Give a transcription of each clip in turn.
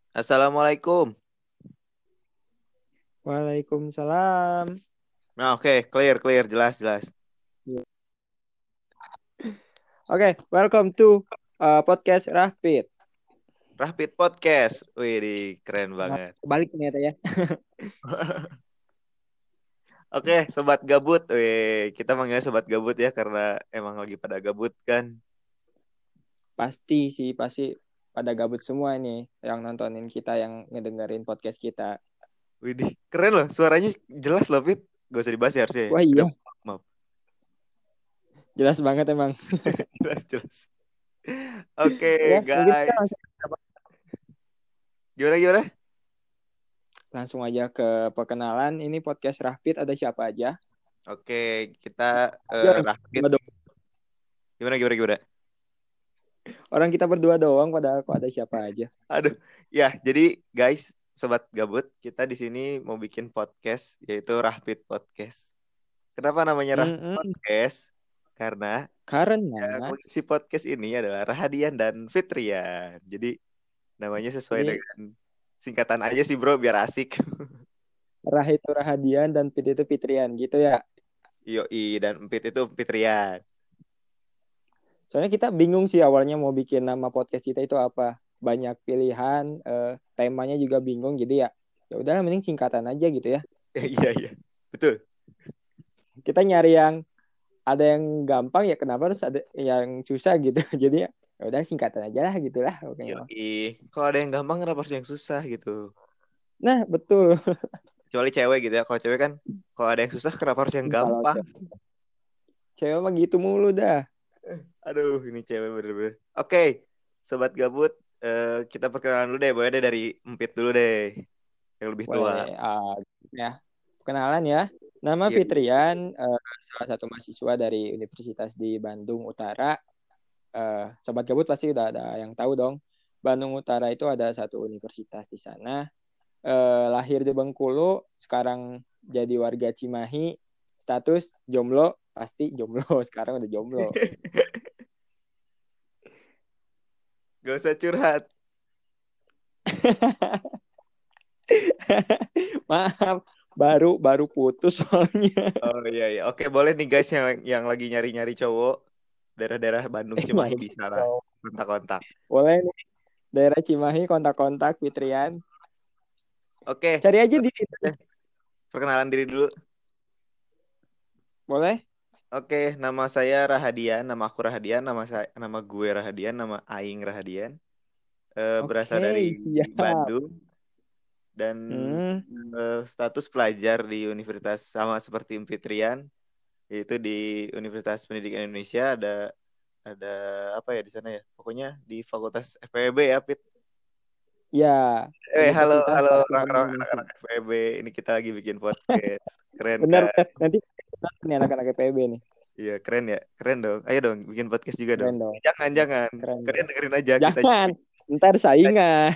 Assalamualaikum. Waalaikumsalam. Nah, oke, clear, clear, jelas, jelas. Oke, welcome to podcast Raffit. Rapid Podcast. Wih, keren Nah, banget. balik ternyata ya. Oke, sobat gabut. Wih, kita manggilnya sobat gabut ya karena emang lagi pada gabut kan. Pasti pada gabut semua nih yang nontonin kita, yang ngedengerin podcast kita. Wih, keren loh. Suaranya jelas loh, Fit. Gak usah dibahas ya harusnya. Ya. Wah Udah, iya, maaf. jelas banget emang. Jelas, jelas. Oke, Oke, mungkin kita guys. Gimana, gimana? langsung aja ke perkenalan. Ini podcast Raffit, ada siapa aja? Oke, kita Ya, orang kita Rapid. berdua doang. Gimana, gimana, gimana? Orang kita berdua doang, padahal kok ada siapa aja. Aduh, ya. Jadi, guys, sobat gabut, kita di sini mau bikin podcast, yaitu Rapid Podcast. Kenapa namanya Rahmat Mm-mm. Podcast? Karena yang Karena mengisi podcast ini adalah Rahadian dan Fitrian. Jadi namanya sesuai ini dengan singkatan aja sih bro, biar asik. Rah itu Rahadian dan Fit itu Fitrian gitu ya. Yoi, dan Empit itu Fitrian. Soalnya kita bingung sih awalnya mau bikin nama podcast kita itu apa. Banyak pilihan, temanya juga bingung. Jadi ya udahlah mending singkatan aja gitu ya. Iya, iya. Betul. Kita nyari yang ada yang gampang ya kenapa harus ada yang susah gitu. Jadi ya udah singkatan aja lah gitulah pokoknya mah. Yoi. Kalau ada yang gampang kenapa harus yang susah gitu. Nah, betul. Kecuali cewek gitu ya. Kalau cewek kan, kalau ada yang susah kenapa harus yang Kalau gampang? cewek mah gitu mulu dah. Aduh, ini cewek bener-bener. Oke, sobat gabut. Kita perkenalan dulu deh. Boleh deh dari Empit dulu deh. Yang lebih tua. Boleh ya. Kenalan ya. Nama Iya. Fitrian, salah satu mahasiswa dari Universitas di Bandung Utara. Sobat Gabut pasti udah ada yang tahu dong. Bandung Utara itu ada satu universitas di sana. Lahir di Bengkulu, sekarang jadi warga Cimahi. Status jomblo, pasti jomblo. Sekarang udah jomblo. Gak usah curhat. Maaf, baru putus soalnya. Oh iya iya. Oke, boleh nih guys yang lagi nyari-nyari cowok daerah-daerah Bandung Cimahi Nyari bisa lah cowok. kontak-kontak. Boleh nih, daerah Cimahi kontak-kontak Fitrian. Oke, Cari aja di situ. eh, perkenalan diri dulu. Boleh? Oke, nama saya Rahadian, nama aku Rahadian, nama gue Rahadian, nama Aing Rahadian. Berasal dari Oke, siap. Bandung dan Hmm, status pelajar di universitas sama seperti Impitrian, yaitu di Universitas Pendidikan Indonesia ada apa ya di sana ya? Pokoknya di Fakultas FPB ya, Pit. ya, Halo, Universitas halo Parahiman orang-orang Indonesia. anak-anak FEB. Ini kita lagi bikin podcast. Keren Benar, kan? nanti nih anak-anak IPB nih. Iya, keren ya. Keren dong. Ayo dong, bikin podcast juga dong. Keren dong. Jangan, jangan. Keren Kalian dong. dengerin aja kita. Jangan, ntar saingan.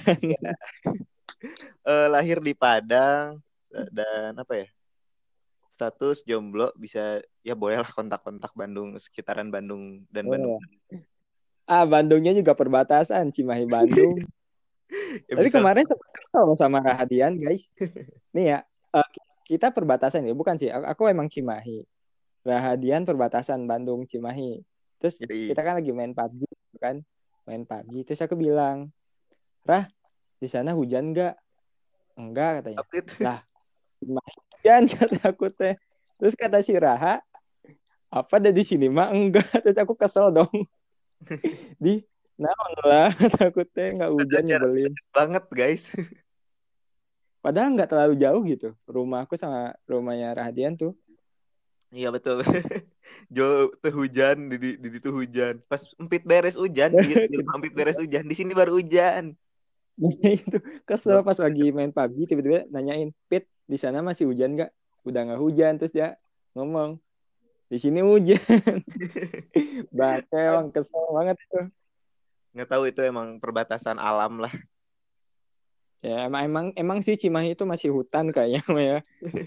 Lahir di Padang dan apa ya? Status jomblo bisa ya bolehlah kontak-kontak Bandung, sekitaran Bandung dan Boleh Bandung. ya? Bandungnya juga perbatasan, Cimahi Bandung. Ya Tapi bisa. kemarin sempat kesel sama Rahadian, guys. Nih ya, eh, kita perbatasan ya, bukan sih. Aku emang Cimahi. Rahadian perbatasan Bandung Cimahi. Terus Jadi kita kan lagi main PUBG, kan? Main PUBG. Terus aku bilang, Rah, di sana hujan nggak? Enggak katanya. update. Lah, Cimahi hujan kata aku teh. Terus kata si Raha, apa ada di sini mah enggak. Terus aku kesel dong. Di naon lah takut teh nggak hujan Jarak nyebelin. banget, guys. Padahal nggak terlalu jauh gitu. Rumahku sama rumahnya Rahadian tuh. Iya betul. Jo tuh hujan di itu hujan. Pas empit beres hujan di rumah empit beres hujan. Di sini baru hujan. Itu kesel pas lagi main PUBG tiba-tiba nanyain, Pit, di sana masih hujan nggak? Udah nggak hujan. Terus dia ngomong, di sini hujan. Bangke emang kesel banget itu. Nggak tahu itu emang perbatasan alam lah. Ya emang sih Cimahi itu masih hutan kayaknya ya.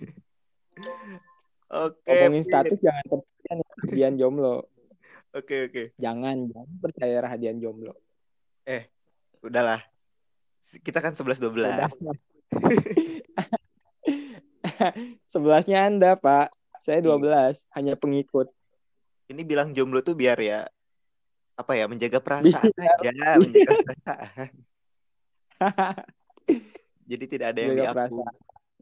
Oke, Ngomongin Pit. status jangan percaya nih, Rahadian jomblo. Oke, oke. Jangan percaya Rahadian jomblo. Eh, udahlah. Kita kan 11-12. Saudara. 11-nya Anda, Pak. Saya 12, hanya pengikut. Ini bilang jomblo tuh biar ya apa ya, menjaga perasaan aja, menjaga perasaan. Jadi tidak ada yang Jaga diaku. perasaan.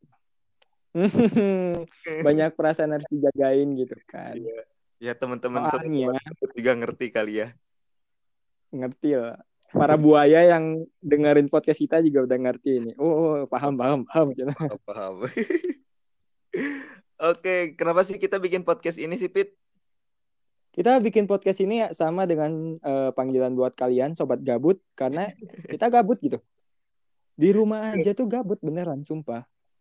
Banyak perasaan harus dijagain gitu kan. Iya. Ya teman-teman Soalnya sobat juga ngerti kali ya. ngerti lah. Para buaya yang dengerin podcast kita juga udah ngerti ini. Oh, paham. Paham, paham. Oke, kenapa sih kita bikin podcast ini sih, Pit? Kita bikin podcast ini ya sama dengan panggilan buat kalian sobat gabut karena kita gabut gitu. Di rumah aja tuh gabut beneran, sumpah.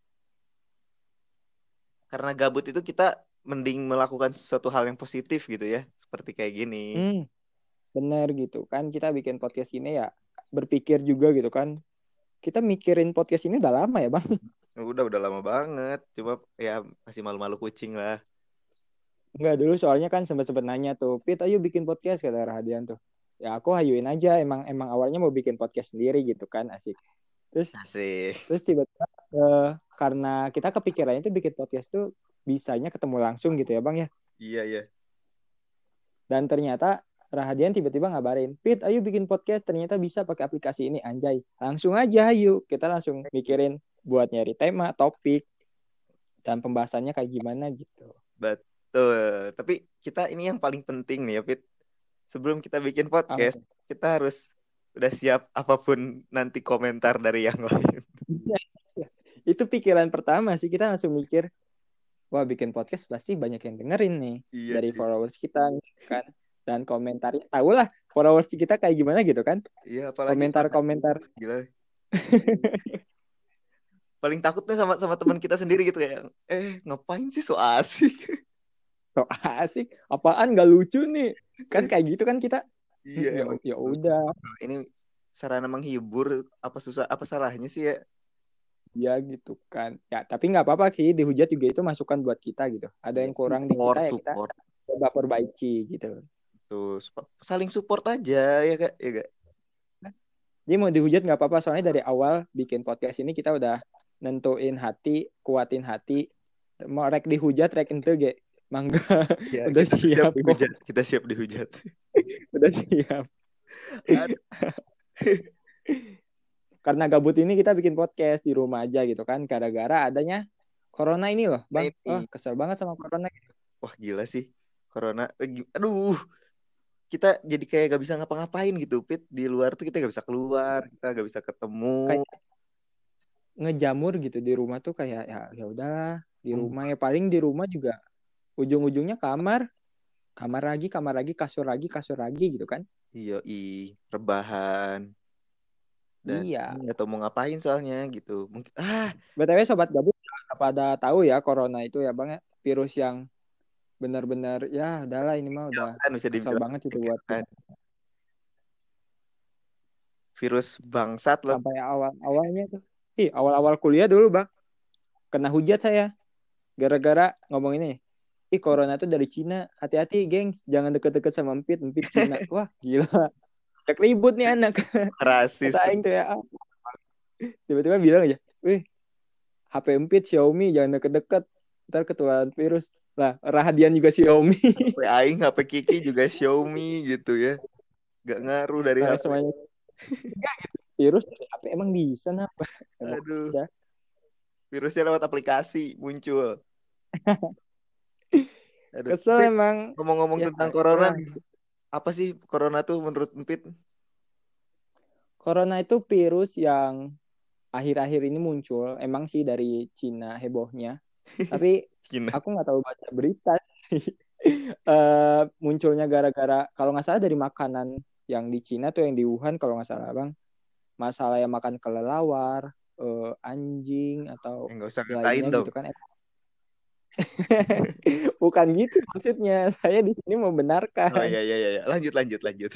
Karena gabut itu kita mending melakukan sesuatu hal yang positif gitu ya, seperti kayak gini. Bener gitu kan, kita bikin podcast ini ya berpikir juga gitu kan. Kita mikirin podcast ini udah lama ya bang. Udah lama banget, cuma ya masih malu-malu kucing lah. Enggak, dulu soalnya kan sempat nanya tuh, Pit ayo bikin podcast kata Rahadian tuh. Ya aku hayuin aja, emang awalnya mau bikin podcast sendiri gitu kan, asik. Asik. Terus tiba-tiba karena kita kepikirannya tuh bikin podcast tuh bisanya ketemu langsung gitu ya bang ya. Iya. Dan ternyata Rahadian tiba-tiba ngabarin, Pit ayo bikin podcast, ternyata bisa pakai aplikasi ini, anjay. Langsung aja ayo, kita langsung mikirin buat nyari tema, topik, dan pembahasannya kayak gimana gitu. Betul. Tapi kita ini yang paling penting nih ya, Pit. Sebelum kita bikin podcast, kita harus udah siap apapun nanti komentar dari yang lain. Itu pikiran pertama sih, kita langsung mikir, wah bikin podcast pasti banyak yang dengerin nih dari followers kita kan. Dan komentarnya, tahulah followers kita kayak gimana gitu kan. Iya, apalagi komentar. Gila. Paling takutnya sama teman kita sendiri gitu kayak, ngapain sih so asik? So asik, apaan gak lucu nih? Kan kayak gitu kan kita. Iya, ya udah. Ini sarana menghibur, apa salahnya sih ya? Ya gitu kan. Ya tapi nggak apa-apa sih, dihujat juga itu masukan buat kita gitu. Ada yang kurang di kita ya kita coba perbaiki gitu. Tuh, saling support aja ya kak, ya kak. Jadi mau dihujat nggak apa-apa, soalnya dari awal bikin podcast ini kita udah nentuin hati, kuatin hati. Mau rek dihujat, rek ente ge, mangga. Ya, udah siap dihujat. Kita siap dihujat. Udah siap. Karena gabut ini kita bikin podcast di rumah aja gitu kan, gara-gara adanya corona ini loh bang. Kesel banget sama corona. Wah gila sih corona. Aduh, kita jadi kayak gak bisa ngapa-ngapain gitu, Pit. Di luar tuh kita gak bisa keluar, kita gak bisa ketemu. Kayak ngejamur gitu di rumah tuh kayak ya udah di rumah ya, paling di rumah juga ujung-ujungnya kamar lagi, kasur lagi gitu kan. Iya, rebahan. Dan iya, nggak tahu mau ngapain soalnya gitu. Mungkin BTW sobat gabut pada tahu ya corona itu ya bang ya, virus yang benar-benar ya udahlah ini mah udah kan bisa kesel banget gitu buat kita. Virus bangsat loh. Sampai awalnya tuh. Awal-awal kuliah dulu bang, kena hujat saya gara-gara ngomong ini. Corona tuh dari Cina, hati-hati gengs, jangan deket-deket sama Empit Cina. Wah gila, kayak ribut nih anak. Rasis. Kata aing tuh ya. Tiba-tiba bilang aja, HP Empit Xiaomi, jangan deket-deket, ntar ketularan virus. Lah, Rahadian juga Xiaomi. HP aing, HP Kiki juga Xiaomi gitu ya. Gak ngaruh dari HP. Semuanya. Enggak gitu. Virus dari HP emang bisa apa? Aduh. Virusnya lewat aplikasi muncul. Aduh. Kesel emang. Ngomong-ngomong tentang corona, apa sih corona tuh menurut Empit? Corona itu virus yang akhir-akhir ini muncul, emang sih dari Cina hebohnya. Tapi aku nggak tahu baca berita sih. Munculnya gara-gara kalau nggak salah dari makanan yang di Cina tuh, yang di Wuhan kalau nggak salah bang. Masalah yang makan kelelawar, anjing atau lainnya gitu kan. Bukan gitu maksudnya. Saya di sini membenarkan. Oh iya. Lanjut.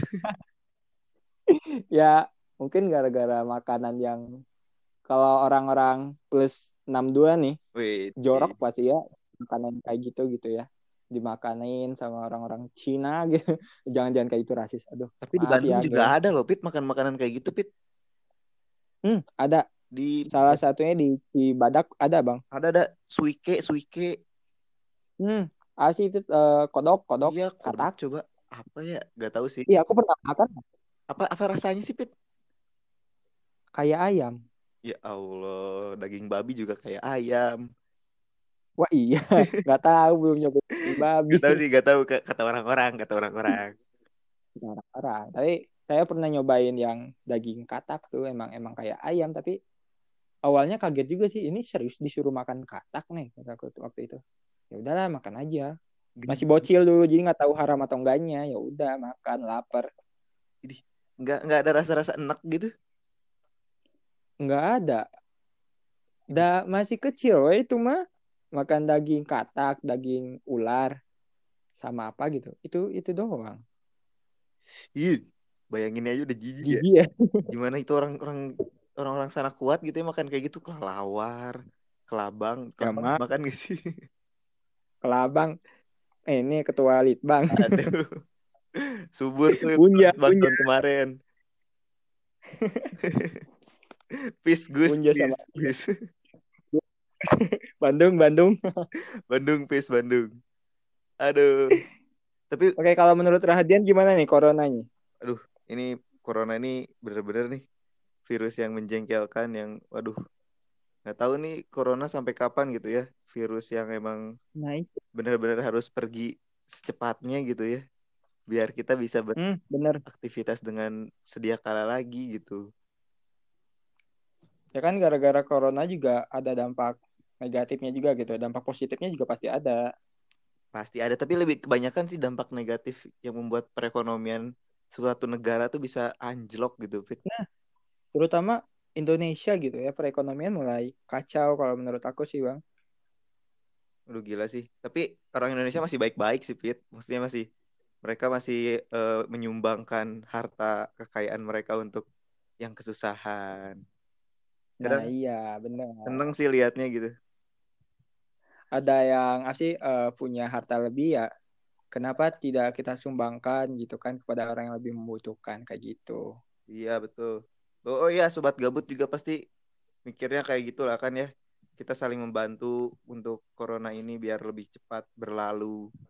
Ya mungkin gara-gara makanan yang kalau orang-orang plus 62 nih, jorok pasti ya makanan kayak gitu ya, dimakanin sama orang-orang Cina gitu. Jangan kayak itu rasis. Aduh. Tapi di Bandung juga ada loh Pit, makan makanan kayak gitu Pit. Ada. Di Salah satunya di Cibadak ada, Bang. ada suike suike. Apa sih itu kodok, kodok, Iya, kodok katak. coba apa ya? Gak tahu sih. Iya, aku pernah makan Apa rasanya sih, Pit? kayak ayam. Ya Allah, daging babi juga kayak ayam. Wah iya, nggak tahu belum nyoba daging babi. Gak tahu sih, gak tahu kata orang-orang, kata orang-orang. Parah. Tapi saya pernah nyobain yang daging katak tuh emang emang kayak ayam tapi awalnya kaget juga sih ini serius disuruh makan katak nih kata aku tuh waktu itu. Ya udahlah makan aja. Masih Gede. bocil dulu jadi nggak tahu haram atau enggaknya. Ya udah makan lapar. Idih, nggak ada rasa-rasa enak gitu. Nggak ada. Idih, Masih kecil itu mah makan daging katak, daging ular sama apa gitu. Itu doang. ih, bayangin aja udah jijik ya. Jijik ya. Gimana itu orang-orang sana kuat gitu ya makan kayak gitu, kelawar, kelabang, Ya kelabang mah makan gak sih? kelabang. Ini ketua litbang. Aduh, subur tuh Punja, bang punja, tahun kemarin. Peace Gus, punja sama peace, peace. Bandung, Bandung. Bandung, peace Bandung. Aduh, tapi Oke, kalau menurut Rahadian gimana nih coronanya? aduh, ini corona ini bener-bener nih virus yang menjengkelkan yang waduh, nggak tahu nih corona sampai kapan gitu ya. Virus yang emang Nah, itu. benar-benar harus pergi secepatnya gitu ya, biar kita bisa Bener. beraktivitas dengan sedia kala lagi gitu. Ya kan gara-gara corona juga ada dampak negatifnya juga gitu. Dampak positifnya juga pasti ada. Pasti ada, tapi lebih kebanyakan sih dampak negatif yang membuat perekonomian suatu negara tuh bisa anjlok gitu, Fit. Nah, terutama Indonesia gitu ya, perekonomian mulai kacau kalau menurut aku sih, Bang. Aduh gila sih. Tapi orang Indonesia masih baik-baik sih, Fit. Maksudnya mereka masih menyumbangkan harta kekayaan mereka untuk yang kesusahan. Nah, Kadang iya, benar. seneng sih liatnya gitu. Ada yang apa sih punya harta lebih ya, kenapa tidak kita sumbangkan gitu kan kepada orang yang lebih membutuhkan kayak gitu. Iya betul. Oh iya, sobat gabut juga pasti mikirnya kayak gitulah kan ya. Kita saling membantu untuk corona ini biar lebih cepat berlalu.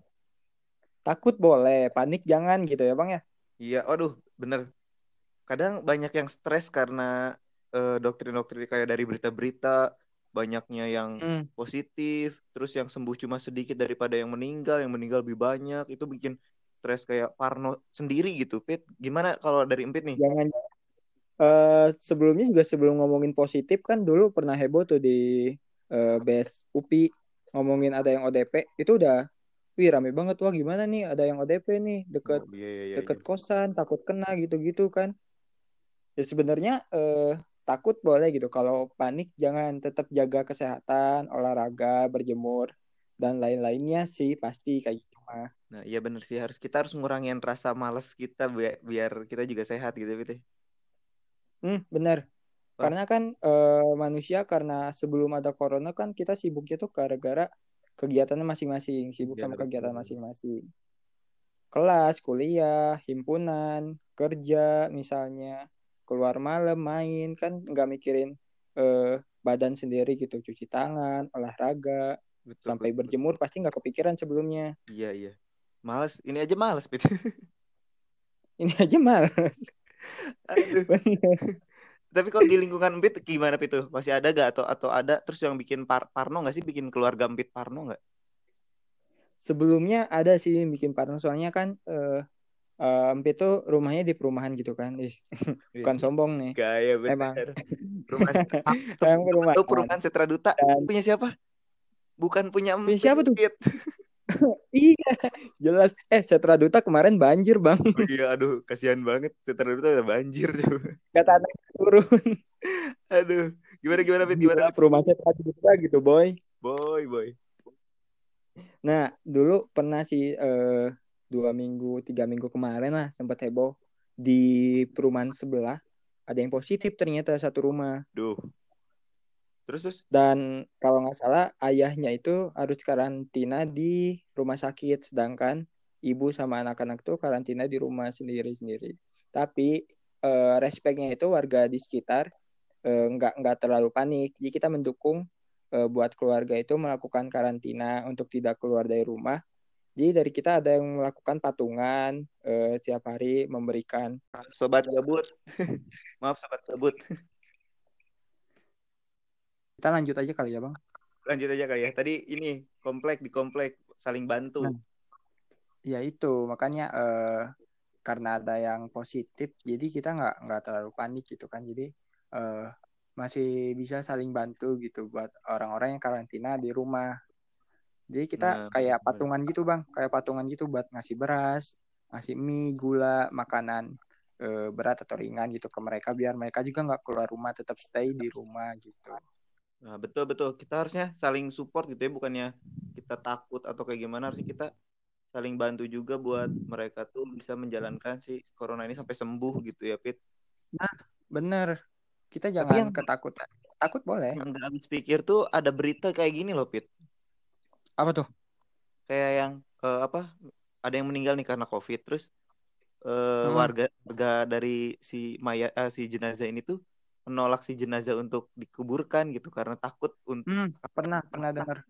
Takut boleh, panik jangan gitu ya, Bang ya. Iya, aduh, bener. Kadang banyak yang stres karena doktrin-doktrin kayak dari berita-berita, banyaknya yang Hmm. positif, terus yang sembuh cuma sedikit daripada yang meninggal lebih banyak. Itu bikin stres kayak Parno sendiri gitu, Pit. Gimana kalau dari Empit nih? Jangan sebelumnya juga sebelum ngomongin positif kan dulu pernah heboh tuh di base UPI ngomongin ada yang ODP itu udah wih rame banget wah gimana nih ada yang ODP nih deket Oh iya iya iya. deket Iya. kosan takut kena gitu-gitu kan ya sebenarnya takut boleh gitu kalau panik jangan tetap jaga kesehatan olahraga berjemur dan lain-lainnya sih pasti kayak gitu mah. Nah, iya bener sih kita harus ngurangin rasa malas kita biar kita juga sehat gitu, Pit. Bener. Wah, Karena kan manusia karena sebelum ada corona kan kita sibuknya tuh gara-gara kegiatannya masing-masing, sibuk iya sama kegiatan betul. masing-masing. Kelas, kuliah, himpunan, kerja misalnya, keluar malam main kan nggak mikirin badan sendiri gitu, cuci tangan, olahraga, Betul sampai betul. berjemur pasti nggak kepikiran sebelumnya. Iya iya. Males, ini aja males, Pit. Ini aja malas. Aduh. Bener. Tapi kalau di lingkungan Empit gimana Pit tuh? Masih ada gak atau ada terus yang bikin Parno nggak sih, bikin keluarga Empit Parno nggak? Sebelumnya ada sih yang bikin parno soalnya kan Empi tuh rumahnya di perumahan gitu kan. Wih, Bukan sombong nih. gaya Emang. bener. Perumahan Emang tahu perumahan. perumahan Setra Duta Dan punya siapa? Bukan punya punya Empit, siapa tuh? Pit. Iya, jelas. Setra Duta kemarin banjir, Bang. Oh iya, aduh, kasihan banget Setra Duta udah banjir coba. Kata anak turun. Aduh, gimana gimana Pit, gimana Gila, Pit? perumahan Setra Duta gitu, boy. Boy, boy. Nah, dulu pernah sih 2 minggu, 3 minggu kemarin lah sempat heboh di perumahan sebelah ada yang positif ternyata satu rumah. Duh. Terus Dan kalau nggak salah ayahnya itu harus karantina di rumah sakit, sedangkan ibu sama anak-anak tuh karantina di rumah sendiri-sendiri. Tapi respeknya itu warga di sekitar nggak terlalu panik. Jadi kita mendukung buat keluarga itu melakukan karantina untuk tidak keluar dari rumah. Jadi dari kita ada yang melakukan patungan tiap hari memberikan. Sobat gabut. Maaf sobat gabut. Kita lanjut aja kali ya Bang. Lanjut aja kali ya. Tadi ini di komplek saling bantu. Nah, ya itu makanya karena ada yang positif, jadi kita nggak terlalu panik gitu kan. Jadi masih bisa saling bantu gitu buat orang-orang yang karantina di rumah. Jadi kita kayak patungan gitu Bang, kayak patungan gitu buat ngasih beras, ngasih mie, gula, makanan berat atau ringan gitu ke mereka biar mereka juga nggak keluar rumah, tetap stay di rumah gitu. Nah, betul. Kita harusnya saling support gitu ya, bukannya kita takut atau kayak gimana, harusnya kita saling bantu juga buat mereka tuh bisa menjalankan si corona ini sampai sembuh gitu ya, Pit. Nah, bener. Kita Tapi jangan yang ketakutan. Takut boleh. yang nggak habis pikir tuh ada berita kayak gini loh, Pit. Apa tuh? Kayak yang ada yang meninggal nih karena COVID, terus Hmm. warga dari si jenazah ini tuh menolak si jenazah untuk dikuburkan gitu karena takut untuk Pernah dengar.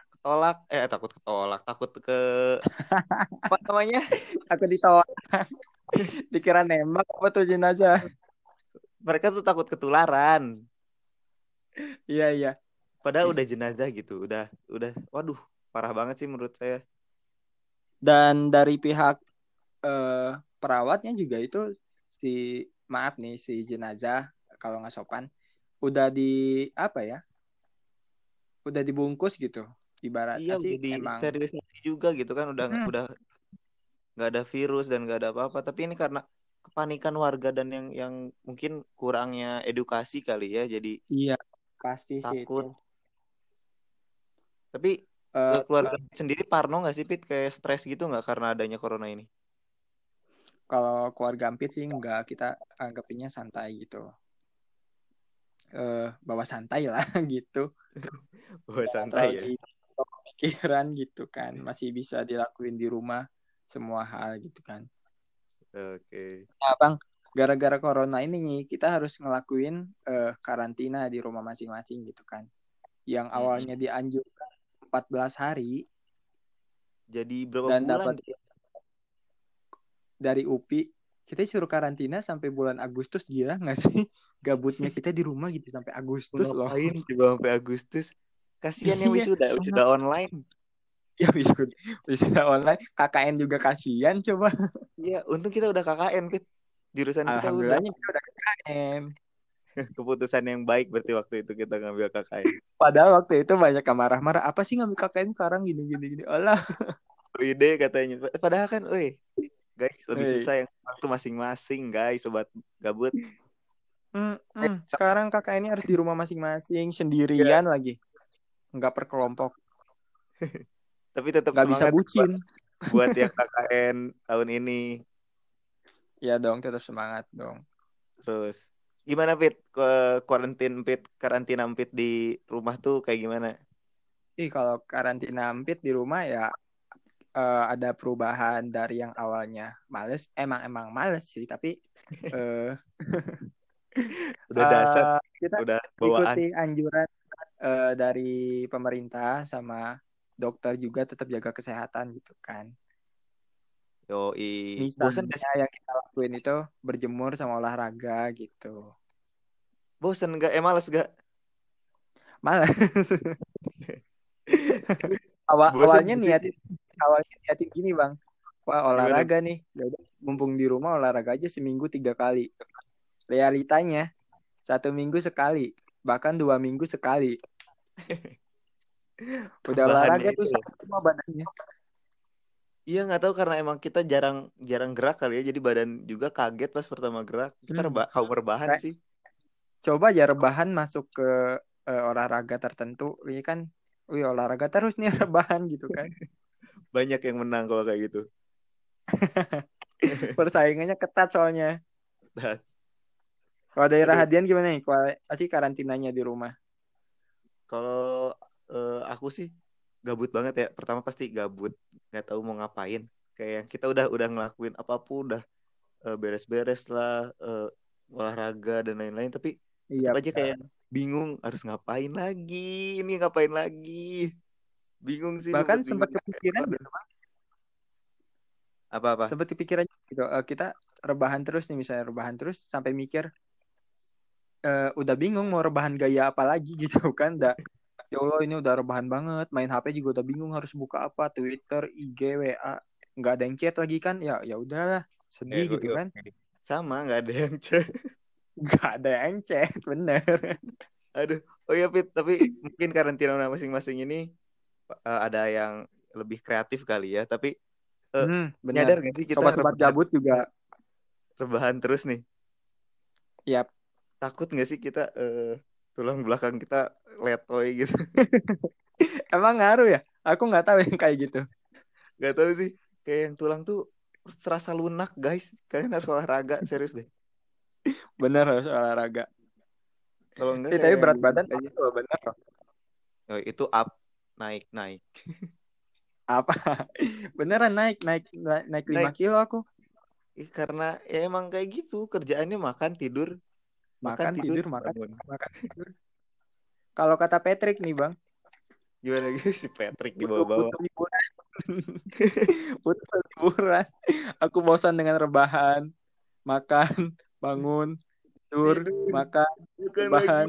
takut ke apa namanya, Aku ditolak. Dikira nembak apa tuh jenazah? mereka tuh takut ketularan Iya, iya. padahal udah jenazah gitu, udah waduh, parah banget sih menurut saya. Dan dari pihak perawatnya juga itu si maaf nih si jenazah kalau nggak sopan udah di apa ya? Udah dibungkus gitu. Ibarat Iya, sih udah di emang sterilisasi juga gitu kan, hmm, udah nggak ada virus dan nggak ada apa-apa, tapi ini karena kepanikan warga dan yang mungkin kurangnya edukasi kali ya, jadi iya pasti sih itu. takut. Tapi Eh, keluarga sendiri parno nggak sih, Pit, kayak stres gitu nggak karena adanya corona ini? kalau keluarga Ampit sih nggak, kita anggapnya santai gitu. Bawa santai lah gitu. Wah, Jangan santai terlalu ya. di pikiran gitu kan. Masih bisa dilakuin di rumah semua hal gitu kan. Oke. Nah, Bang, gara-gara corona ini kita harus ngelakuin karantina di rumah masing-masing gitu kan. Yang awalnya Mm-mm. dianjurkan 14 hari Jadi berapa dan bulan? dapat dari UPI, kita suruh karantina sampai bulan Agustus, gila nggak sih? Gabutnya kita di rumah gitu sampai Agustus loh. Ngapain coba sampai Agustus? Kasihan yang Iya, wisuda online. ya wisuda online, KKN juga kasihan coba. Iya, untung kita udah KKN, Pit. Jurusan kita udah. Alhamdulillahnya kita udah KKN. Keputusan yang baik berarti waktu itu kita ngambil KKN. Padahal waktu itu banyak yang marah-marah, apa sih ngambil KKN sekarang gini gini gini. Allah. Ide katanya. Padahal kan, guys, lebih Hei. susah yang sekarang tuh masing-masing, guys, sobat gabut. Sekarang KKN ini harus di rumah masing-masing, Ya, sendirian lagi. Nggak per kelompok. tapi tetap Nggak bisa semangat buat bucin. buat yang KKN tahun ini. Ya dong, tetap semangat dong. Terus gimana, Pit? Karantina Pit di rumah tuh kayak gimana? Kalau karantina Ampit di rumah ya ada perubahan dari yang awalnya males, emang males sih, tapi uh, Udah dasar, kita udah bawaan. ikuti anjuran dari pemerintah sama dokter juga tetap jaga kesehatan gitu kan. Yoi. Bosan gak Misalnya sih? yang kita lakuin itu berjemur sama olahraga gitu. Bosan gak? Males gak? Malas. Awal Bosan awalnya gak sih? niatin gini bang. Wah Gimana? olahraga nih. Yaudah, mumpung di rumah olahraga aja seminggu 3 kali. Realitanya 1 minggu sekali, bahkan 2 minggu sekali. Udah Tambahannya olahraga tuh itu loh. sakit semua badannya. Iya, nggak tahu karena emang kita jarang jarang gerak kali ya, jadi badan juga kaget pas pertama gerak. Kita kaum rebahan Kayak sih. coba aja rebahan masuk ke olahraga tertentu, ini kan, wih olahraga terus nih rebahan gitu kan. Banyak yang menang kalau kayak gitu. Persaingannya ketat soalnya. Nah, Kalau daerah aduh, Hadian gimana nih? Sih karantinanya di rumah? kalau aku sih gabut banget ya. Pertama pasti gabut, nggak tahu mau ngapain. Kayak kita udah ngelakuin apapun, udah beres-beres lah, olahraga dan lain-lain. Tapi Iya, tetap aja benar. kayak bingung harus ngapain lagi, ini ngapain lagi, bingung sih sempet Bahkan sempat bingung kayak, kepikiran waduh, gitu, Bang. apa-apa. Sempat kepikiran gitu. Kita rebahan terus nih, misalnya rebahan terus sampai mikir, udah bingung mau rebahan gaya apa lagi gitu kan. Ya Allah, ini udah rebahan banget. Main HP juga udah bingung harus buka apa, Twitter, IG, WA. Nggak ada yang chat lagi kan. Ya udahlah, Ya, sedih gitu kan. sama nggak ada yang chat. Nggak ada yang chat, bener. Aduh, oh ya Fit, tapi mungkin karantina masing-masing ini ada yang lebih kreatif kali ya, tapi eh, Bener. nyadar gak sih kita Sobat-sobat gabut juga, rebahan terus nih? ya Takut gak sih kita tulang belakang kita letoy gitu? emang ngaruh ya. Aku nggak tahu yang kayak gitu. Gak tahu sih, kayak yang tulang tuh serasa lunak guys. Kalian harus olahraga serius deh. Bener harus olahraga. Kalau enggak Tapi kayak yang berat badan lunak aja. tuh bener loh. Oh, itu up, naik naik Apa? Beneran naik, naik, naik, naik 5 naik. kilo aku. Karena ya emang kayak gitu kerjaannya, makan tidur, makan Makan, tidur tidur, makan, bangun. makan, tidur. Kalau kata Patrick nih Bang, Gimana gitu si Patrick di butuh bawah-bawah. butuh liburan, butuh liburan. Aku bosan dengan rebahan, makan, bangun, tidur, Tidur makan, bukan lagi. rebahan.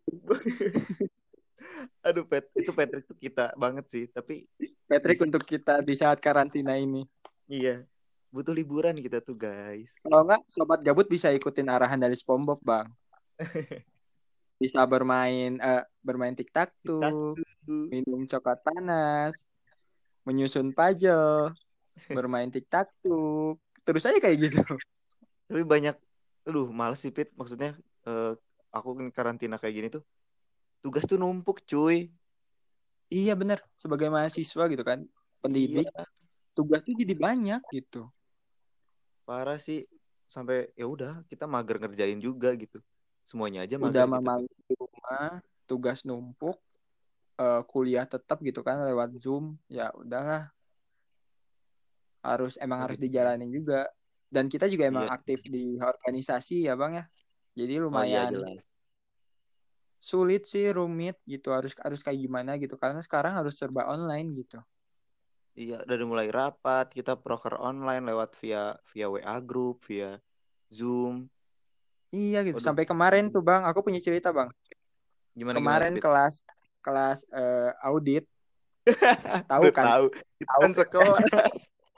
Aduh, itu Patrick tuh kita banget sih. Tapi di Patrick untuk kita di saat karantina ini. iya, butuh liburan kita tuh guys. Kalau nggak, sobat gabut bisa ikutin arahan dari SpongeBob, Bang. Bisa bermain Kita tic-tac-toe, tuh. minum coklat panas, menyusun puzzle, bermain tic-tac-toe. Terus aja kayak gitu. Tapi banyak, aduh males sih Pit. Maksudnya eh, aku kan karantina kayak gini tuh, tugas tuh numpuk cuy. Iya bener, sebagai mahasiswa gitu kan, Iya, pendidik, tugas tuh jadi banyak gitu. parah sih. Sampai ya udah kita mager ngerjain juga gitu. Semuanya aja Udah mager kita tuh. mama di rumah, tugas numpuk, kuliah tetap gitu kan lewat Zoom. Ya udahlah, emang Oh harus gitu. dijalanin juga. Dan kita juga emang Iya. aktif di organisasi ya Bang ya. Jadi Oh iya lumayan jelas. sulit sih, rumit gitu. Harus harus kayak gimana gitu karena sekarang harus serba online gitu. Iya, dari mulai rapat, kita proker online lewat via via WA group, via Zoom. Iya gitu. Waduh, Sampai kemarin tuh Bang, aku punya cerita Bang. gimana gimana Kemarin Pit? kelas kelas audit, tahu Udah kan? tahu, kita Tahu kan sekelas.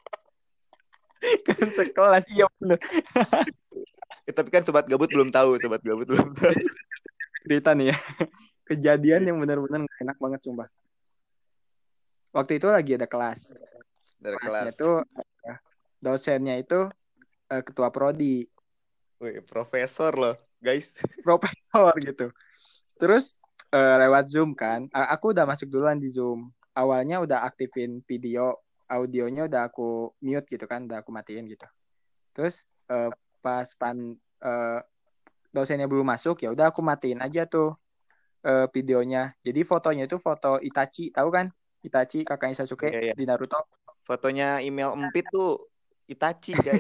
kan sekelas, iya bener. Tapi kan sobat gabut belum tahu, sobat gabut belum tahu. Cerita nih ya. Kejadian Iya, yang benar-benar gak enak banget sumpah. Waktu itu lagi ada kelas. dari Kelasnya kelas. tuh dosennya itu ketua prodi, Wih, profesor loh, guys. profesor gitu. Terus lewat Zoom kan. Aku udah masuk duluan di Zoom. Awalnya udah aktifin video, audionya udah aku mute gitu kan, udah aku matiin gitu. Terus pas eh, dosennya belum masuk, ya udah aku matiin aja tuh videonya. Jadi fotonya itu foto Itachi, tahu kan? Itachi kakaknya Iya Sasuke ya. di Naruto. Fotonya email empit tuh Itachi, guys.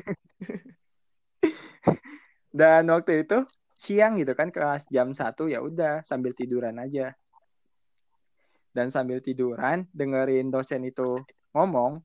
Dan waktu itu siang gitu kan kelas jam 1 ya udah sambil tiduran aja. Dan sambil tiduran dengerin dosen itu ngomong,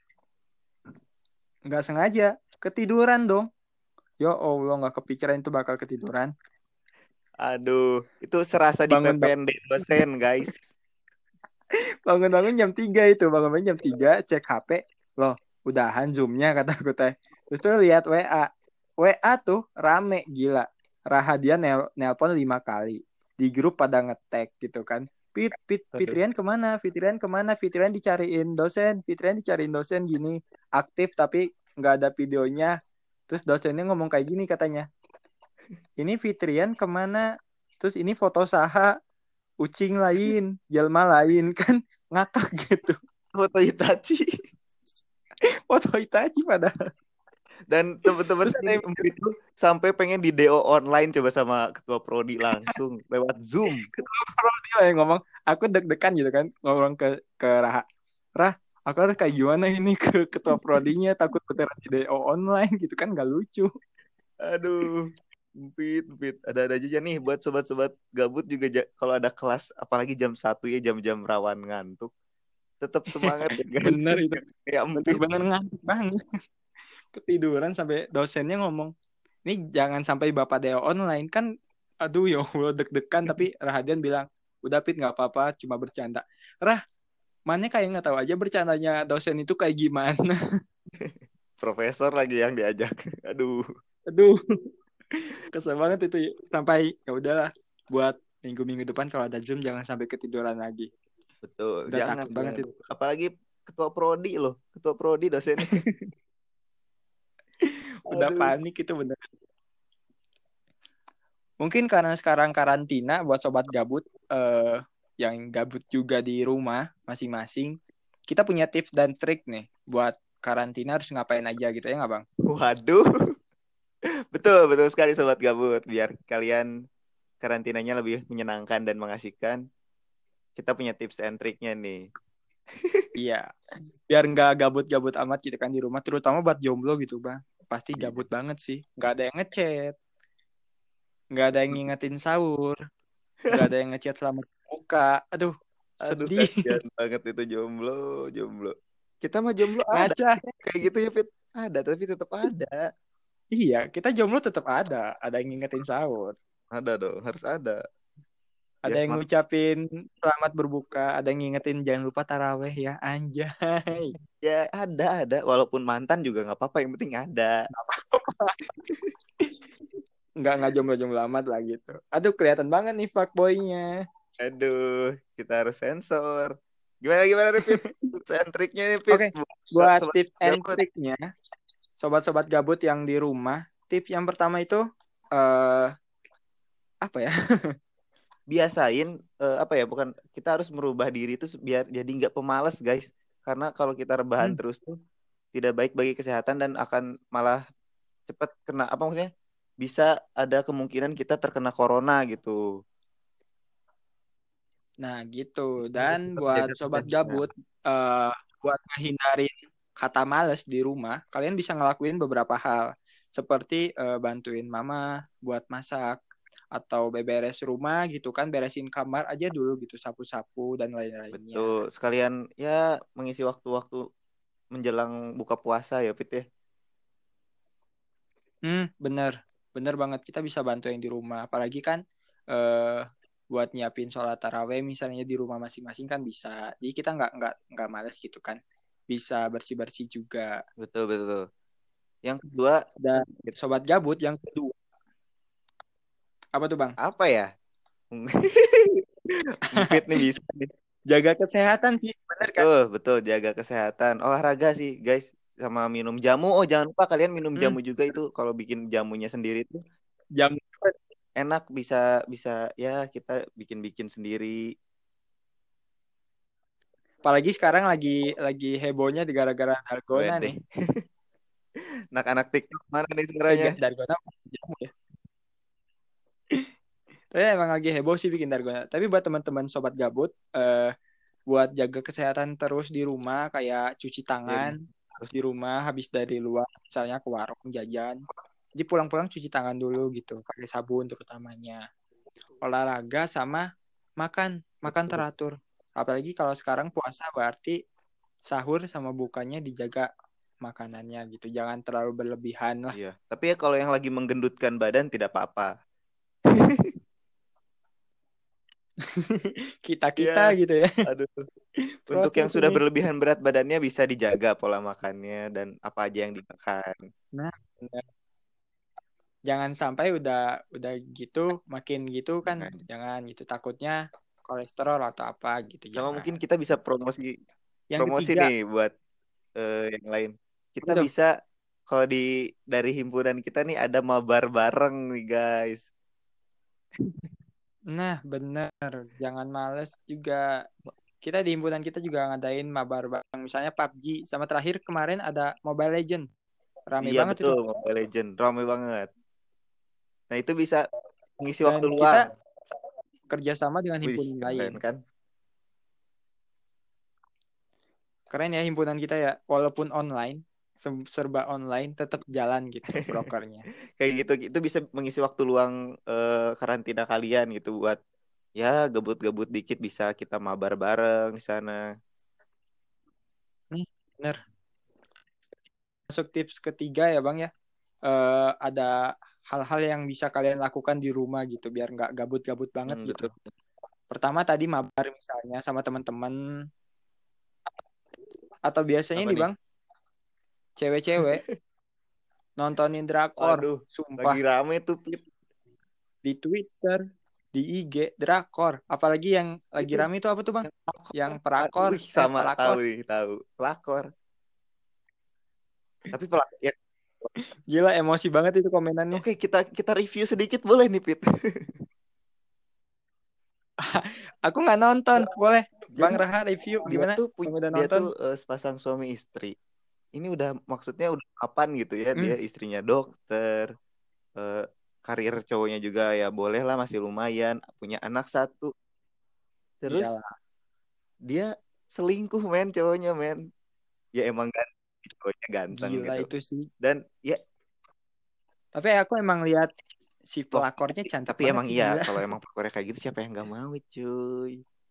nggak sengaja ketiduran dong. Ya Allah, nggak kepikiran itu bakal ketiduran. Aduh, itu serasa di Bangun PPND dosen, guys. bangun jam 3 itu, bangun jam 3 cek HP. Loh, udahan Zoom-nya kata aku teh. Terus tuh lihat WA. WA tuh rame gila. Rahadian nelpon 5 kali. Di grup pada ngetek gitu kan. Aduh. Fitrian kemana? Fitrian kemana? Fitrian dicariin dosen. Fitrian dicariin dosen gini. Aktif tapi nggak ada videonya. Terus dosennya ngomong kayak gini katanya. Ini Fitrian kemana? Terus ini foto saha, ucing lain, jelma lain kan ngakak gitu. Foto Itachi. Foto Itachi pada. Dan teman-teman Terus ada ini yang empit tuh sampai pengen di DO online coba sama ketua prodi langsung lewat Zoom. dia yang ngomong, aku deg-degan gitu kan, ngomong ke Raha. Rah, aku harus kayak gimana ini ke ketua prodinya, takut beneran di DO online gitu kan, gak lucu. Aduh. Pit. Ada aja nih buat sobat-sobat gabut juga kalau ada kelas apalagi jam 1 ya jam-jam rawan ngantuk. Tetap semangat ya guys. Bener itu. Ya ampun. Bener-bener ngantuk banget. Ketiduran sampai dosennya ngomong, ini jangan sampai Bapak Deo online kan. Aduh ya Allah deg-degan, tapi Rahadian bilang, udah Pit nggak apa-apa, cuma bercanda. Rah, mana kayak nggak tahu aja bercandanya dosen itu kayak gimana. Profesor lagi yang diajak. Aduh. Aduh, kesel banget itu. Sampai ya udahlah, buat minggu-minggu depan kalau ada Zoom jangan sampai ketiduran lagi. Betul. Udah Jangan, takut banget jangan. itu. Apalagi ketua prodi loh. Ketua prodi dosennya. Udah Aduh. panik itu bener. Mungkin karena sekarang karantina buat sobat gabut, yang gabut juga di rumah masing-masing, kita punya tips dan trik nih buat karantina harus ngapain aja gitu ya nggak Bang? Waduh. Betul sekali sobat gabut. Biar kalian karantinanya lebih menyenangkan dan mengasihkan. Kita punya tips and triknya nih. Iya, biar nggak gabut-gabut amat gitu kan di rumah, terutama buat jomblo gitu Bang. Pasti gabut banget sih, nggak ada yang ngechat, nggak ada yang ngingetin sahur, nggak ada yang ngechat selamat buka. Aduh, Aduh, sedih. kasihan banget itu jomblo, jomblo. Kita mah jomblo ada. Ngaca. Kayak gitu ya, Fit. Ada, tapi tetap ada. Iya, kita jomblo tetap ada yang ngingetin sahur. Ada dong, harus ada. Biar Ada yang semangat. ngucapin selamat berbuka, ada yang ngingetin jangan lupa taraweh ya, anjay. Ya, ada. Walaupun mantan juga nggak apa-apa, yang penting ada. Nggak jomblo-jomblo amat lah gitu. Aduh, kelihatan banget nih fuckboy-nya. Aduh, kita harus sensor. Gimana nih, Fit? Tips and triknya nih, Fit. Oke, buat Sobat tips and gabut. triknya, sobat-sobat gabut yang di rumah, tips yang pertama itu, eh apa ya? Biasain, apa ya, bukan, kita harus merubah diri itu biar jadi nggak pemalas, guys. Karena kalau kita rebahan Hmm, terus tuh tidak baik bagi kesehatan dan akan malah cepat kena apa maksudnya bisa ada kemungkinan kita terkena corona gitu. Nah, gitu. Kita harus Dan tetap buat jaga sobat kesehatan. gabut, buat menghindarin kata males di rumah, kalian bisa ngelakuin beberapa hal. Seperti bantuin mama buat masak, atau beberes rumah gitu kan, beresin kamar aja dulu gitu, sapu-sapu dan lain-lainnya. Betul. Sekalian ya mengisi waktu-waktu menjelang buka puasa ya, Fit ya. Bener. Bener banget. Kita bisa bantu yang di rumah. Apalagi kan eh, buat nyiapin sholat taraweh misalnya di rumah masing-masing kan bisa. Jadi kita nggak males gitu kan. Bisa bersih-bersih juga. Betul. Yang kedua, Dan sobat gabut yang kedua, apa tuh Bang? apa ya? Fit nih bisa nih. Jaga kesehatan sih, bener kan? Betul, jaga kesehatan. Olahraga sih, guys. Sama minum jamu. Oh, jangan lupa kalian minum Hmm, jamu juga itu kalau bikin jamunya sendiri tuh jam. enak, bisa bisa ya kita bikin-bikin sendiri. Apalagi sekarang lagi hebohnya di gara-gara dalgona Wede. nih. Anak-anak TikTok mana nih suaranya? Dalgona jamu ya. Tapi emang lagi heboh sih bikin dalgona. Tapi buat teman-teman sobat gabut, buat jaga kesehatan terus di rumah kayak cuci Iya, tangan harus di rumah habis dari luar misalnya ke warung jajan, jadi pulang-pulang cuci tangan dulu gitu pakai sabun terutamanya, olahraga sama makan makan betul. teratur, apalagi kalau sekarang puasa berarti sahur sama bukanya dijaga makanannya gitu, jangan terlalu berlebihan lah. Iya. Tapi ya kalau yang lagi menggendutkan badan tidak apa-apa. Iya. Kita gitu ya. Aduh. Untuk yang Proses sudah ini. berlebihan berat badannya bisa dijaga pola makannya dan apa aja yang dimakan. Nah, jangan sampai udah gitu makin gitu kan, Nah, jangan gitu, takutnya kolesterol atau apa gitu, sama mungkin jangan. kita bisa promosi Yang promosi ketiga nih buat yang lain. Kita apa tuh? bisa kalau dari himpunan kita nih ada mabar bareng nih guys. Nah bener, jangan males juga, kita di himpunan kita juga ngadain mabar bareng misalnya PUBG, sama terakhir kemarin ada Mobile Legend, rame Iya banget betul, itu. Mobile Legend ramai banget. Nah itu bisa mengisi waktu Dan luang. kita kerjasama dengan Wih, himpunan lain, keren kan? keren ya himpunan kita ya, walaupun online serba online tetap jalan gitu brokernya. Kayak gitu itu bisa mengisi waktu luang karantina kalian gitu buat ya gabut-gabut dikit bisa kita mabar bareng di sana. Bener. Masuk tips ketiga ya Bang ya. Ada hal-hal yang bisa kalian lakukan di rumah gitu biar nggak gabut-gabut banget gitu. Betul. Pertama tadi mabar misalnya sama teman-teman atau biasanya Apa nih nih? Bang, cewek-cewek nontonin drakor, Waduh, lagi sumpah rame tuh Pip. di Twitter, di IG drakor. Apalagi yang lagi Itu rame itu apa tuh Bang? yang Yang pelakor. perakor, Wih, sama tahu pelakor. nih, tahu. Pelakor. Tapi pelakor ya. Gila emosi banget itu komenannya. Oke, kita kita review sedikit boleh nih, Pit. Aku nggak nonton, boleh Bang Jadi Raha review gimana? Bang udah dia nonton? tuh sepasang suami istri. Ini udah maksudnya udah mapan gitu ya, dia Hmm, istrinya dokter, eh, karir cowoknya juga ya boleh lah masih lumayan, punya anak satu. Terus iyalah. dia selingkuh men cowoknya men. Ya emang kan cowoknya ganteng Gila gitu. itu sih. Dan ya Tapi aku emang lihat si wah, pelakornya cantik tapi banget emang sih iya gila. kalau emang pelakornya kayak gitu siapa yang nggak mau cuy.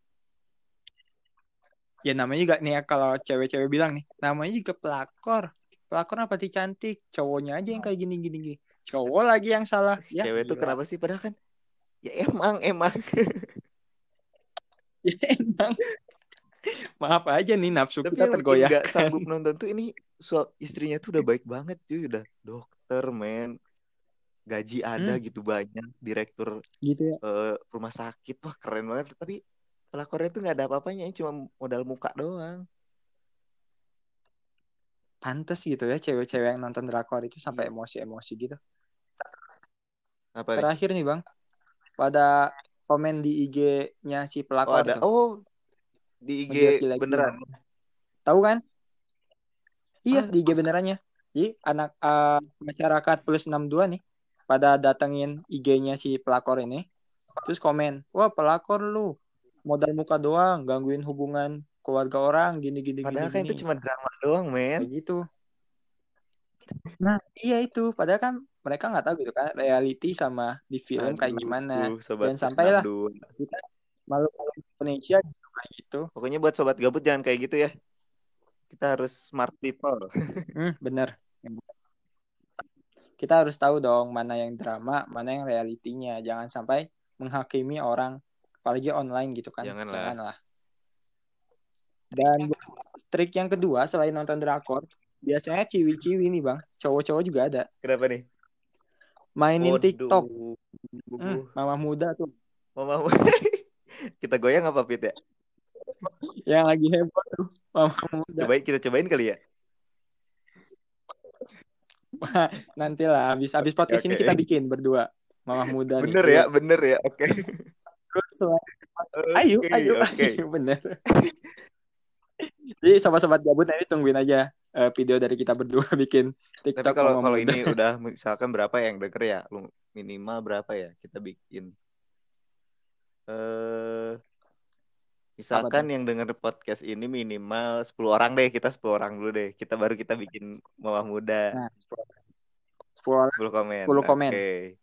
Ya namanya juga nih ya kalau cewek-cewek bilang nih, namanya juga pelakor. Pelakor apa sih cantik? Cowoknya aja yang kayak gini-gini. Cowok lagi yang salah. Ya Cewek tuh gila. kenapa sih padahal kan ya emang Ya emang. Maaf aja nih nafsu tapi kita yang bikin nggak tergoyahkan. sanggup nonton tuh ini istrinya tuh udah baik banget cuy, udah dokter men, gaji ada Hmm, gitu banyak, direktur gitu ya. rumah sakit, wah keren banget. Tapi pelakornya tuh nggak ada apa-apanya, cuma modal muka doang. Pantes gitu ya cewek-cewek yang nonton drakor itu sampai Iya. emosi-emosi gitu. Apa nih? Terakhir nih Bang, pada komen di IG-nya si Oh pelakor ada, tuh, oh di IG ngejelek-jelekin. beneran. Tahu kan? Iya, Ah di IG benerannya. Jadi anak masyarakat plus 62 nih pada datengin IG-nya si pelakor ini. Terus komen, wah pelakor lu, modal muka doang, gangguin hubungan keluarga orang, gini gini gini padahal kan gini. itu cuma drama doang men. Kayak gitu. Nah, iya itu. Padahal kan mereka nggak tahu gitu kan, reality sama di film kayak gimana. Aduh sobat Dan plus enam sampailah dua. kita malu Indonesia gitu kayak gitu. Pokoknya buat sobat gabut jangan kayak gitu ya, kita harus smart people. Bener. Kita harus tahu dong mana yang drama, mana yang realitinya. Jangan sampai menghakimi orang, apalagi online gitu kan. Janganlah. Janganlah. Dan trik yang kedua selain nonton drakor, biasanya ciwi-ciwi nih bang, cowok-cowok juga ada. Kenapa nih? Mainin TikTok. Waduh. Mama muda tuh. Mama kita goyang apa Pit ya? Yang lagi heboh tuh. Mama muda. Kita cobain kali ya. Nanti lah, habis Oke, podcast ini kita oke. bikin berdua. Mama muda nih. Bener ya. Oke. Terus selain- ayo, Oke, ayo, oke. ayo, bener. Jadi sobat-sobat gabut nanti tungguin aja video dari kita berdua bikin Tapi TikTok kalau Mama kalau Muda. ini udah misalkan berapa yang denger ya? Minimal berapa ya kita bikin? Eh Apa misalkan tuh? yang denger podcast ini minimal 10 orang deh, kita 10 orang dulu deh. Kita bikin Mawah Muda Nah, 10, 10 komen. 10 komen. Oke.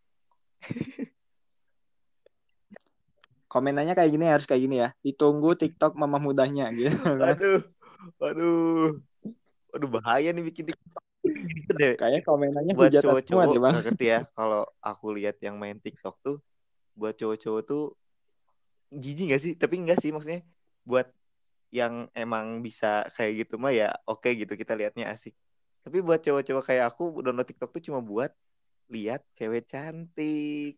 Komenannya kayak gini harus kayak gini ya. Ditunggu TikTok Mama Mudanya gitu kan. Waduh. Waduh. Waduh bahaya nih bikin TikTok. Gitu deh. Kayak komenannya Buat hujatan semua cowok-cowok deh, Bang. nggak ngerti ya, kalau aku lihat yang main TikTok tuh buat cowok-cowok tuh jijik gak sih? Tapi enggak sih maksudnya buat yang emang bisa kayak gitu mah ya oke gitu kita lihatnya asik. Tapi buat cowok-cowok kayak aku download TikTok tuh cuma buat lihat cewek cantik.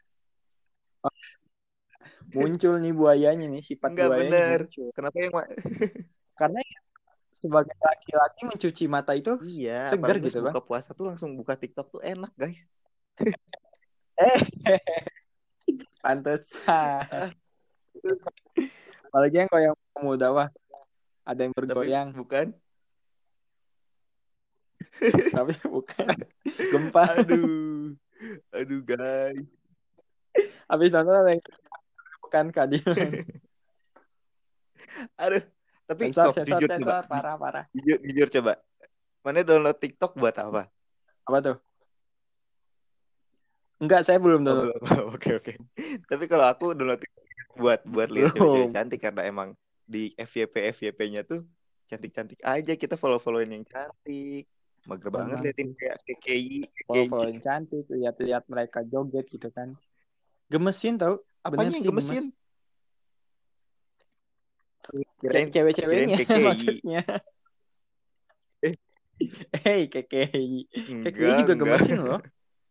Muncul nih buayanya nih, sifat Enggak buayanya bener. muncul. Kenapa yang Karena sebagai laki-laki mencuci mata itu iya, segar apalagi pas gitu, Bang. buka puasa tuh langsung buka TikTok tuh enak, guys. Eh, pantesan. Ah, Apalagi yang goyang muda, wah. Ada yang tapi bergoyang, bukan. tapi bukan. Gempa. Aduh. Aduh, guys. Habis nonton ada yang bukan keadilan. Aduh. Tapi Sensor, sob sensor, jujur coba. sensor. Parah, parah. Jujur coba. Mana download TikTok buat apa? Apa tuh? Enggak, saya belum Oh, download. belum. Oke, oke. Tapi kalau aku download TikTok buat lihat cewek-cewek Belum. cantik karena emang di FYP-nya tuh cantik-cantik aja, kita follow-followin yang cantik. Mager banget Emang liatin sih. kayak KKI, KKI. Follow-follow yang cantik, lihat-lihat mereka joget gitu kan. Gemesin tau, bener Apanya yang sih gemes. gemesin? Kirain kirain Cewek-ceweknya KKI. maksudnya. Eh, Hey, KKI. KKI enggak, juga enggak. gemesin loh.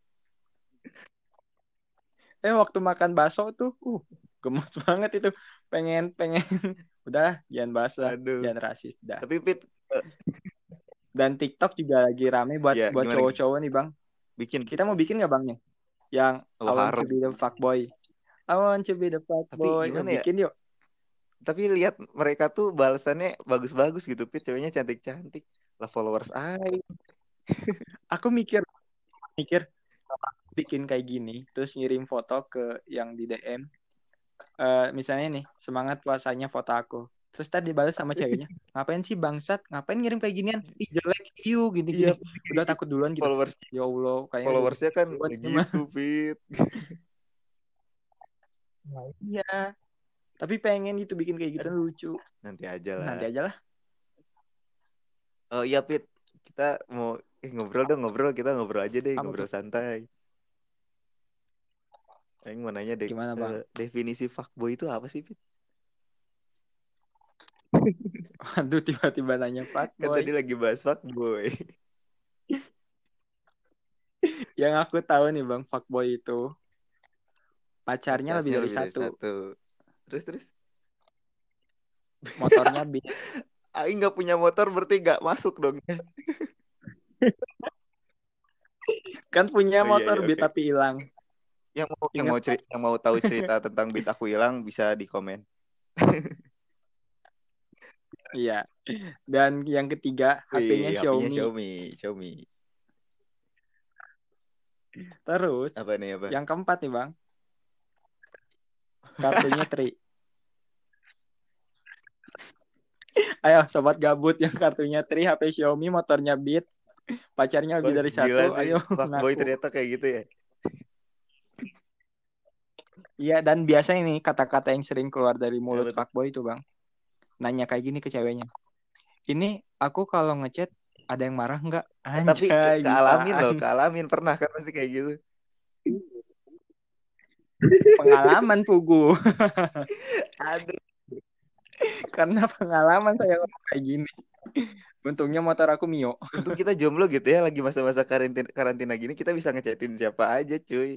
Waktu makan bakso tuh, gemes banget itu. Pengen, pengen. Udah, jangan bahas lah, Aduh. jangan rasis dah. Tapi Pit, Dan TikTok juga lagi rame buat ya buat gimana gimana? cowok-cowok nih bang. Bikin. Kita mau bikin nggak bang nih? Yang I Oh, want to harus. be the fuckboy. I want to be the Tapi fuckboy. Yuk gimana ya? bikin yuk. Tapi lihat mereka tuh balasannya bagus-bagus gitu, Pit. Ceweknya cantik-cantik. Lah followers aja. Aku mikir mikir bikin kayak gini, terus ngirim foto ke yang di DM. Misalnya nih, semangat puasanya foto aku. Terus tadi dibalas sama ceweknya, ngapain sih bangsat? Ngapain ngirim kayak ginian? Ih, jelek, Iya, gini-gini. Udah takut duluan gitu. followers Ya Allah, kayaknya udah followersnya kan duluan ini mah. gitu, Pit. Nah, iya, tapi pengen gitu bikin kayak gitu Aduh, lucu. nanti aja lah. Nanti aja lah. Oh iya, Pit. Kita mau ngobrol dong, ngobrol. Kita ngobrol aja deh, Apa tuh? ngobrol santai. Aing mau nanya deh, Gimana bang? definisi fuckboy itu apa sih, Pit? Aduh, tiba-tiba nanya Kan fuckboy. tadi lagi bahas fuckboy. Yang aku tahu nih bang, fuckboy itu pacarnya lebih Pacarnya dari lebih dari satu. satu. Terus. Motornya bis. Aing nggak punya motor berarti nggak masuk dong. Kan punya Oh iya motor iya bis oke. tapi hilang. Ingat kan? Yang mau tahu cerita tentang beat aku hilang bisa di komen. Iya. Dan yang ketiga, HP-nya Wih, HP-nya Xiaomi. Xiaomi. Terus, Apa nih apa? yang keempat nih Bang, kartunya Tri. Ayo, sobat gabut yang kartunya Tri, HP Xiaomi, motornya Beat, pacarnya lebih Wah, dari gila satu, sih. ayo Fuckboy ngaku. ternyata kayak gitu ya. Iya, dan biasa ini kata-kata yang sering keluar dari mulut Apa tuh? fuckboy itu Bang. Nanya kayak gini ke ceweknya. Ini aku kalau ngechat ada yang marah nggak? Tapi Anjay, kealamin bisaan. loh, kealamin pernah kan pasti kayak gitu. Pengalaman Pugu. Aduh, Karena pengalaman saya ngomong kayak gini. Untungnya motor aku Mio. untung kita jomblo gitu ya lagi masa-masa karantina gini kita bisa ngechatin siapa aja, cuy.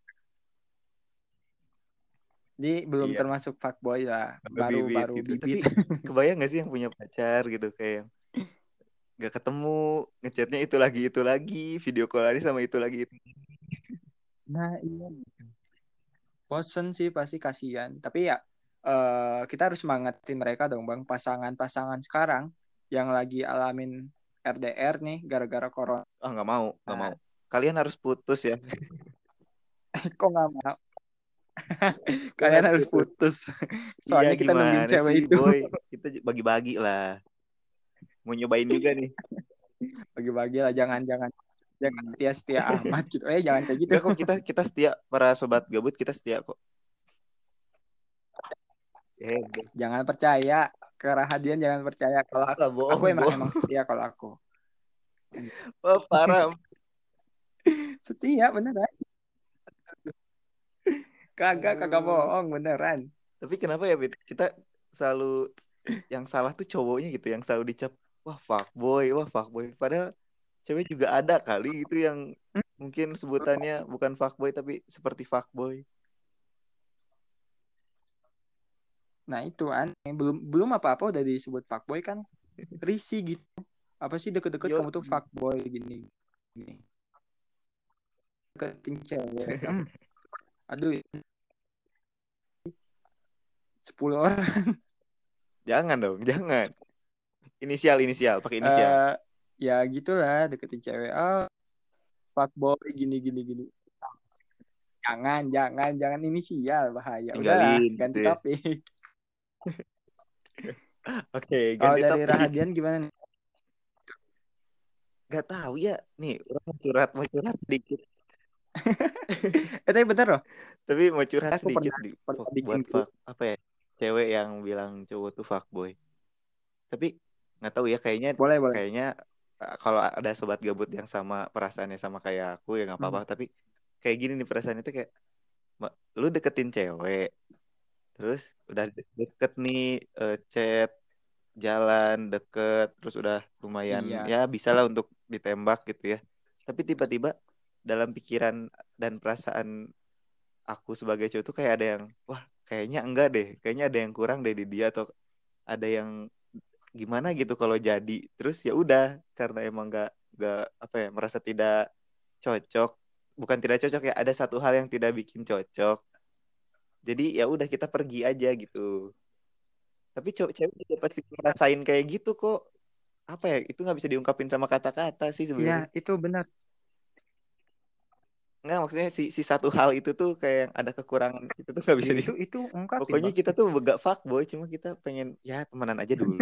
Jadi belum Iya, termasuk fuckboy lah. bibit Baru-baru gitu. Tapi bibit. kebayang gak sih yang punya pacar gitu kayak gak ketemu, ngechatnya itu lagi, video call lagi sama itu lagi. Nah, iya. Bosen sih pasti kasihan. Tapi ya kita harus semangatin mereka dong Bang. Pasangan-pasangan sekarang yang lagi alamin RDR nih gara-gara corona. Ah, nggak mau, nggak mau. Kalian harus putus ya. Kok nggak mau? Kalian Kalian harus harus putus. putus. Iya, Soalnya kita nungguin gimana cewek sih, itu. boy? Kita bagi-bagi lah. Mau nyobain juga nih. Bagi-bagi lah. Jangan Hmm. setia-setia amat gitu. Jangan kayak gitu. Enggak kok kita setia para sobat gabut kita setia kok. Deh. Jangan percaya ke Rahadian, jangan percaya kalau Lah aku bohong, emang bohong. setia kalau aku. Wah, parah. Setia beneran. Kagak Aduh. bohong beneran. Tapi kenapa ya, Bit? Kita selalu yang salah tuh cowoknya gitu, yang selalu dicap, wah fuckboy. Padahal cewek juga ada kali itu yang mungkin sebutannya bukan fuckboy tapi seperti fuckboy. Nah itu aneh. Belum belum apa-apa udah disebut fuckboy kan risih gitu. Apa sih deket-deket Yo, kamu tuh fuckboy gini. Gini. Deketin cewek. Aduh, 10 orang. jangan dong, jangan. Inisial, pakai inisial. eh Ya gitulah deketin cewek. Oh, fuckboy gini. Jangan inisial bahaya. Udahlah, Tinggalin gitu ganti ya. topik. Oke, Kalau ganti dari topik. Rahadian gimana nih? Gak tahu ya. Nih, orang mau curhat sedikit. Tapi bener loh. Tapi mau curhat Aku sedikit pernah bikin buat grup. apa ya? Cewek yang bilang cowok tuh fuckboy. Tapi nggak tahu ya, kayaknya Boleh, boleh. kayaknya kalau ada sobat gabut yang sama perasaannya sama kayak aku ya nggak apa-apa. Tapi kayak gini nih perasaan itu kayak, lu deketin cewek, terus udah deket nih, chat, jalan deket, terus udah lumayan Iya. ya bisa lah untuk ditembak gitu ya. Tapi tiba-tiba dalam pikiran dan perasaan aku sebagai cowok tuh kayak ada yang, wah kayaknya enggak deh, kayaknya ada yang kurang deh di dia, atau ada yang gimana gitu kalau jadi. Terus ya udah, karena emang nggak apa ya, merasa tidak cocok, bukan tidak cocok ya, ada satu hal yang tidak bikin cocok, jadi ya udah kita pergi aja gitu. Tapi cewek juga pasti ngerasain kayak gitu kok. Apa ya, itu nggak bisa diungkapin sama kata-kata sih Iya, sebenarnya. itu benar. Nggak, maksudnya si satu hal itu tuh kayak yang ada kekurangan itu tuh nggak Ya bisa di. itu ungkapin, Pokoknya Bang. kita tuh gak fuckboy, cuma kita pengen ya temenan aja dulu.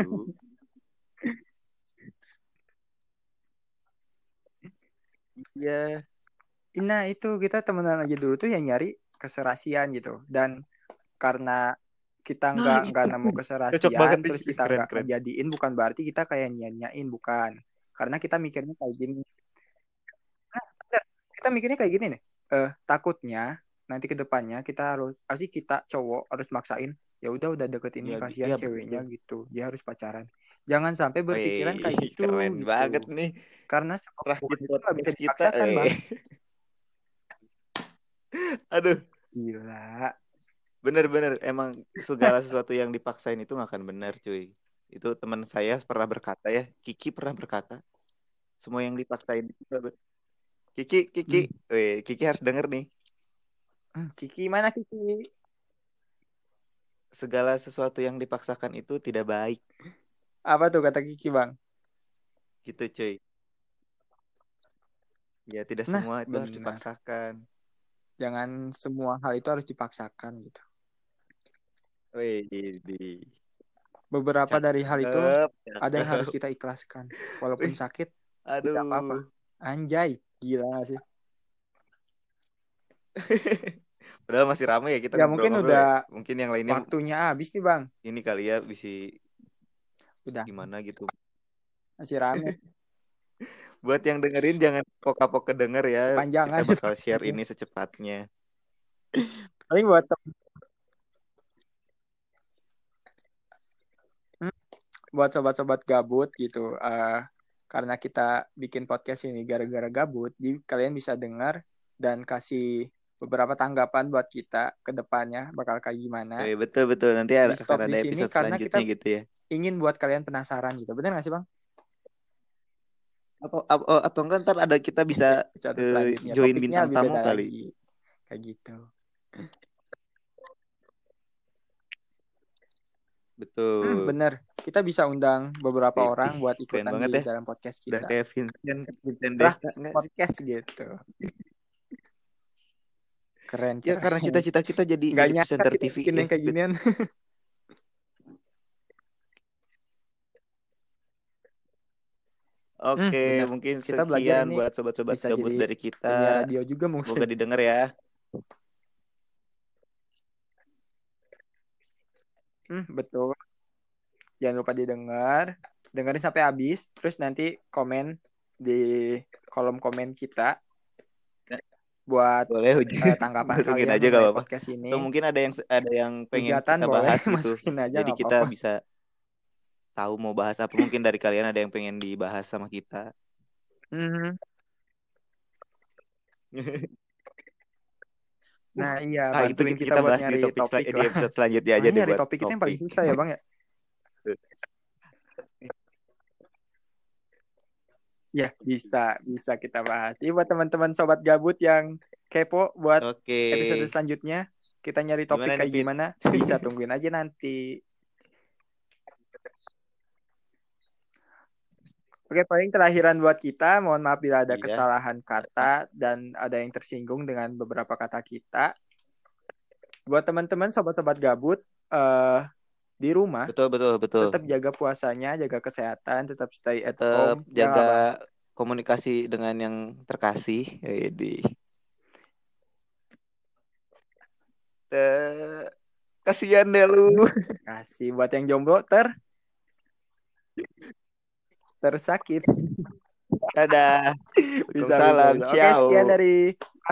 Iya. Nah, itu kita temenan aja dulu tuh yang nyari keserasian gitu. Dan karena kita Nah nggak itu nemu cocok keserasian, banget terus nih, kita keren nggak keren. ngejadiin, bukan berarti kita kayak nyanyain, bukan. Karena kita mikirnya kayak gini. Nah, bener. Kita mikirnya kayak gini nih. Takutnya nanti ke depannya kita harus, pasti kita cowok harus maksain, ya udah deket ini Ya, kasihan ya ceweknya betul. gitu. Dia harus pacaran. Jangan sampai berpikiran Wih, kayak gitu keren gitu. banget nih. Karena semua Rakit hubungan itu nggak bisa podcast kita. dipaksakan, Bang. Aduh, Gila. bener-bener emang segala sesuatu yang dipaksain itu gak akan benar, cuy. Itu teman saya pernah berkata ya, Kiki pernah berkata, semua yang dipaksain itu Kiki, Hmm. Kiki harus denger nih. Kiki mana Kiki? Segala sesuatu yang dipaksakan itu tidak baik, Apa tuh kata Kiki, Bang? gitu cuy. Ya tidak Nah, semua itu harus benar. dipaksakan. Jangan semua hal itu harus dipaksakan gitu. Wih, di Beberapa dari hal itu cakep, ada yang harus cakep. kita ikhlaskan. Walaupun Wih, sakit, tidak apa-apa. aduh. Anjay, gila gak sih? Padahal masih ramai ya kita Ya mungkin ngobrol-ngobrol ya. udah Mungkin yang lainnya waktunya habis nih, Bang. ini kali ya bisa Udah, gimana gitu. masih rame. Buat yang dengerin jangan pokapok kedenger ya. Kita Kepanjangan. bakal share ini secepatnya. Paling buat hmm, buat sobat-sobat gabut gitu. Karena kita bikin podcast ini gara-gara gabut, jadi kalian bisa dengar dan kasih beberapa tanggapan buat kita ke depannya bakal kayak gimana. Betul betul, nanti Di akan stop di ada sini episode karena selanjutnya kita gitu ya. ingin buat kalian penasaran gitu. Benar nggak sih, Bang? Atau enggak ntar ada kita bisa Episode selanjutnya join topiknya bintang lebih tamu beda kali. lagi. Kayak gitu. Betul. Bener. Kita bisa undang beberapa Ih, orang buat keren ikutan banget di ya. dalam podcast Udah kita. kayak Vincent Lah, Desta enggak sih? podcast gitu. Keren, Ya keren. karena cita-cita kita Nggak jadi nyangka presenter kita TV bikin ya. yang kayak ginian. Oke, Bener. mungkin Kita belajar sekian ini buat sobat-sobat bisa gabut jadi dari kita. penyiar radio juga mungkin. Semoga didengar ya. Betul. Jangan lupa didengar. Dengerin sampai habis. Terus nanti komen di kolom komen kita buat Boleh tanggapan masukin kalian aja gak mengenai apa-apa. podcast ini. Atau mungkin ada yang pengen Hujatan kita boleh, bahas gitu. masukin aja Jadi nggak kita apa-apa. bisa tahu mau bahas apa. Mungkin dari kalian ada yang pengen dibahas sama kita. Mhm. Nah iya, Itu bantuin kita kita buat bahas di nyari topik topik di lah. episode selanjutnya aja Soalnya deh nyari buat topik itu yang paling topik. susah ya Bang ya. Ya bisa kita bahas. Jadi buat teman-teman sobat gabut yang kepo buat Oke. episode selanjutnya, kita nyari Gimana topik nih kayak Fit? gimana, bisa tungguin aja nanti. Oke, paling terakhiran buat kita, mohon maaf bila ada Iya. kesalahan kata dan ada yang tersinggung dengan beberapa kata kita. Buat teman-teman sobat-sobat gabut di rumah, Betul. tetap jaga puasanya, jaga kesehatan, tetap stay at Tetap home, ya jaga nggak Bang? komunikasi dengan yang terkasih. Jadi kasihan deh lu. Kasih buat yang jomblo tersakit. Dadah. Bisa, bisa, Waalaikumsalam. bisa. Oke, sekian Ciao. dari